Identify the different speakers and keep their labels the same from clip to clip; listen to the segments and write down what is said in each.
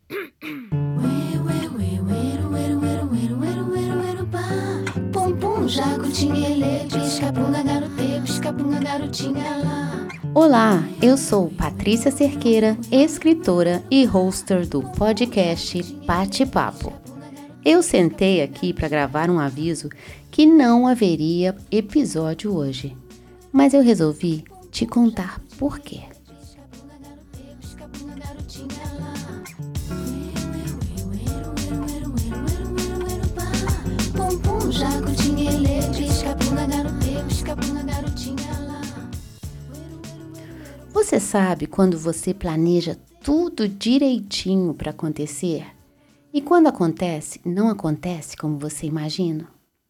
Speaker 1: Olá, eu sou Patrícia Cerqueira, escritora e hoster do podcast Bate-Papo. Eu sentei aqui para gravar um aviso que não haveria episódio hoje, mas eu resolvi te contar por quê. Você sabe quando você planeja tudo direitinho para acontecer e quando acontece, não acontece como você imagina?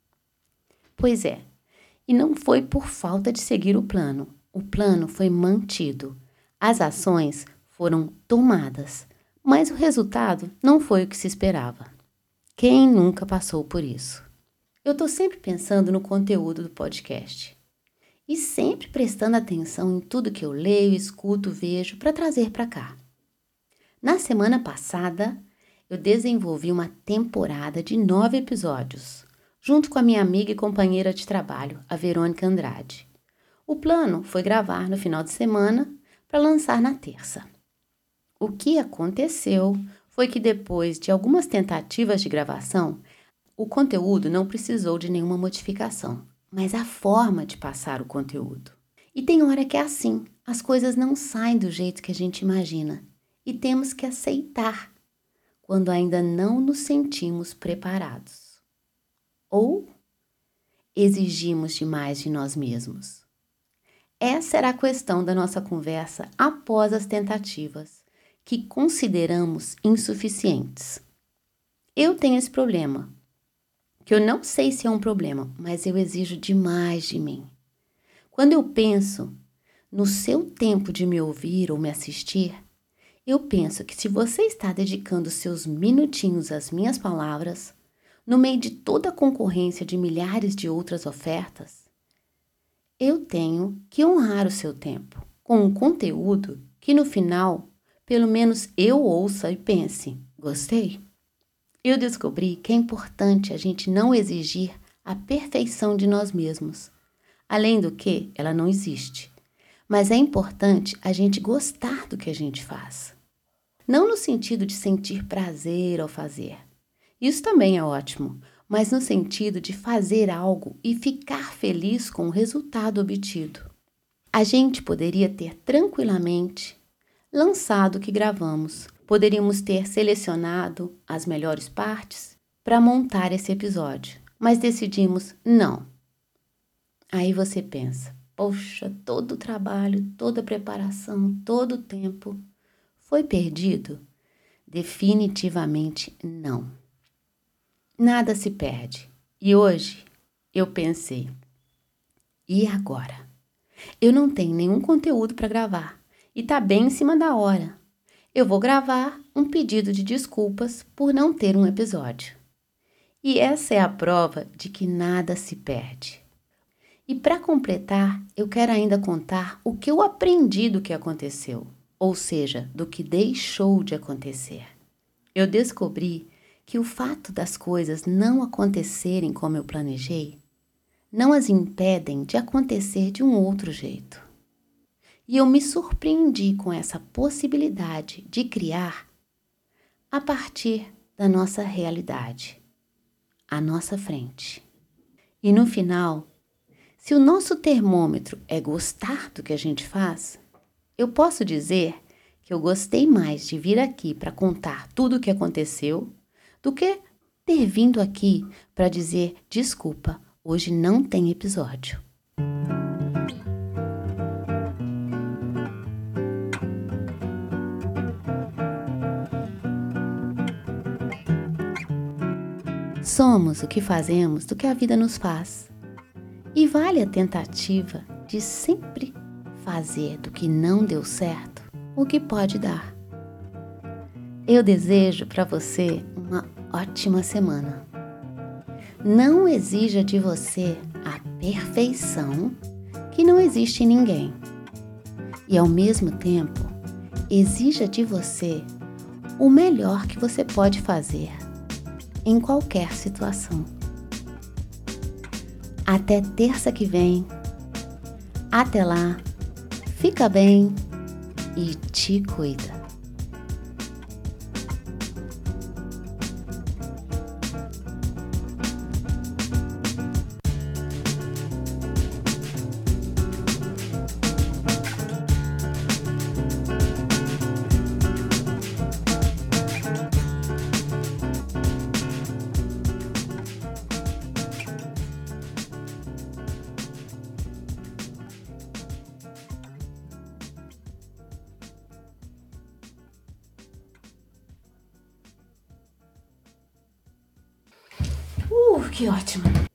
Speaker 1: Pois é, e não foi por falta de seguir o plano. O plano foi mantido, as ações foram tomadas, mas o resultado não foi o que se esperava. Quem nunca passou por isso? Eu estou sempre pensando no conteúdo do podcast e sempre prestando atenção em tudo que eu leio, escuto, vejo para trazer para cá. Na semana passada, eu desenvolvi uma temporada de 9 episódios, junto com a minha amiga e companheira de trabalho, a Verônica Andrade. O plano foi gravar no final de semana para lançar na terça. O que aconteceu foi que depois de algumas tentativas de gravação, o conteúdo não precisou de nenhuma modificação, mas a forma de passar o conteúdo. E tem hora que é assim, as coisas não saem do jeito que a gente imagina e temos que aceitar quando ainda não nos sentimos preparados. Ou exigimos demais de nós mesmos. Essa era a questão da nossa conversa após as tentativas, que consideramos insuficientes. Eu tenho esse problema, que eu não sei se é um problema, mas eu exijo demais de mim. Quando eu penso no seu tempo de me ouvir ou me assistir, eu penso que se você está dedicando seus minutinhos às minhas palavras, no meio de toda a concorrência de milhares de outras ofertas, eu tenho que honrar o seu tempo com um conteúdo que no final, pelo menos eu ouça e pense, gostei? Eu descobri que é importante a gente não exigir a perfeição de nós mesmos. Além do que, ela não existe. Mas é importante a gente gostar do que a gente faz. Não no sentido de sentir prazer ao fazer. Isso também é ótimo, mas no sentido de fazer algo e ficar feliz com o resultado obtido. A gente poderia ter tranquilamente lançado o que gravamos. Poderíamos ter selecionado as melhores partes para montar esse episódio, mas decidimos não. Aí você pensa, poxa, todo o trabalho, toda a preparação, todo o tempo foi perdido? Definitivamente não. Nada se perde. E hoje eu pensei, e agora? Eu não tenho nenhum conteúdo para gravar e tá bem em cima da hora. Eu vou gravar um pedido de desculpas por não ter um episódio. E essa é a prova de que nada se perde. E para completar, eu quero ainda contar o que eu aprendi do que aconteceu, ou seja, do que deixou de acontecer. Eu descobri que o fato das coisas não acontecerem como eu planejei, não as impedem de acontecer de um outro jeito. E eu me surpreendi com essa possibilidade de criar a partir da nossa realidade, à nossa frente. E no final, se o nosso termômetro é gostar do que a gente faz, eu posso dizer que eu gostei mais de vir aqui para contar tudo o que aconteceu do que ter vindo aqui para dizer desculpa, hoje não tem episódio. Somos o que fazemos do que a vida nos faz. E vale a tentativa de sempre fazer do que não deu certo o que pode dar. Eu desejo para você uma ótima semana. Não exija de você a perfeição que não existe em ninguém. E ao mesmo tempo, exija de você o melhor que você pode fazer em qualquer situação. Até terça que vem. Até lá, fica bem e te cuida. Que ótimo!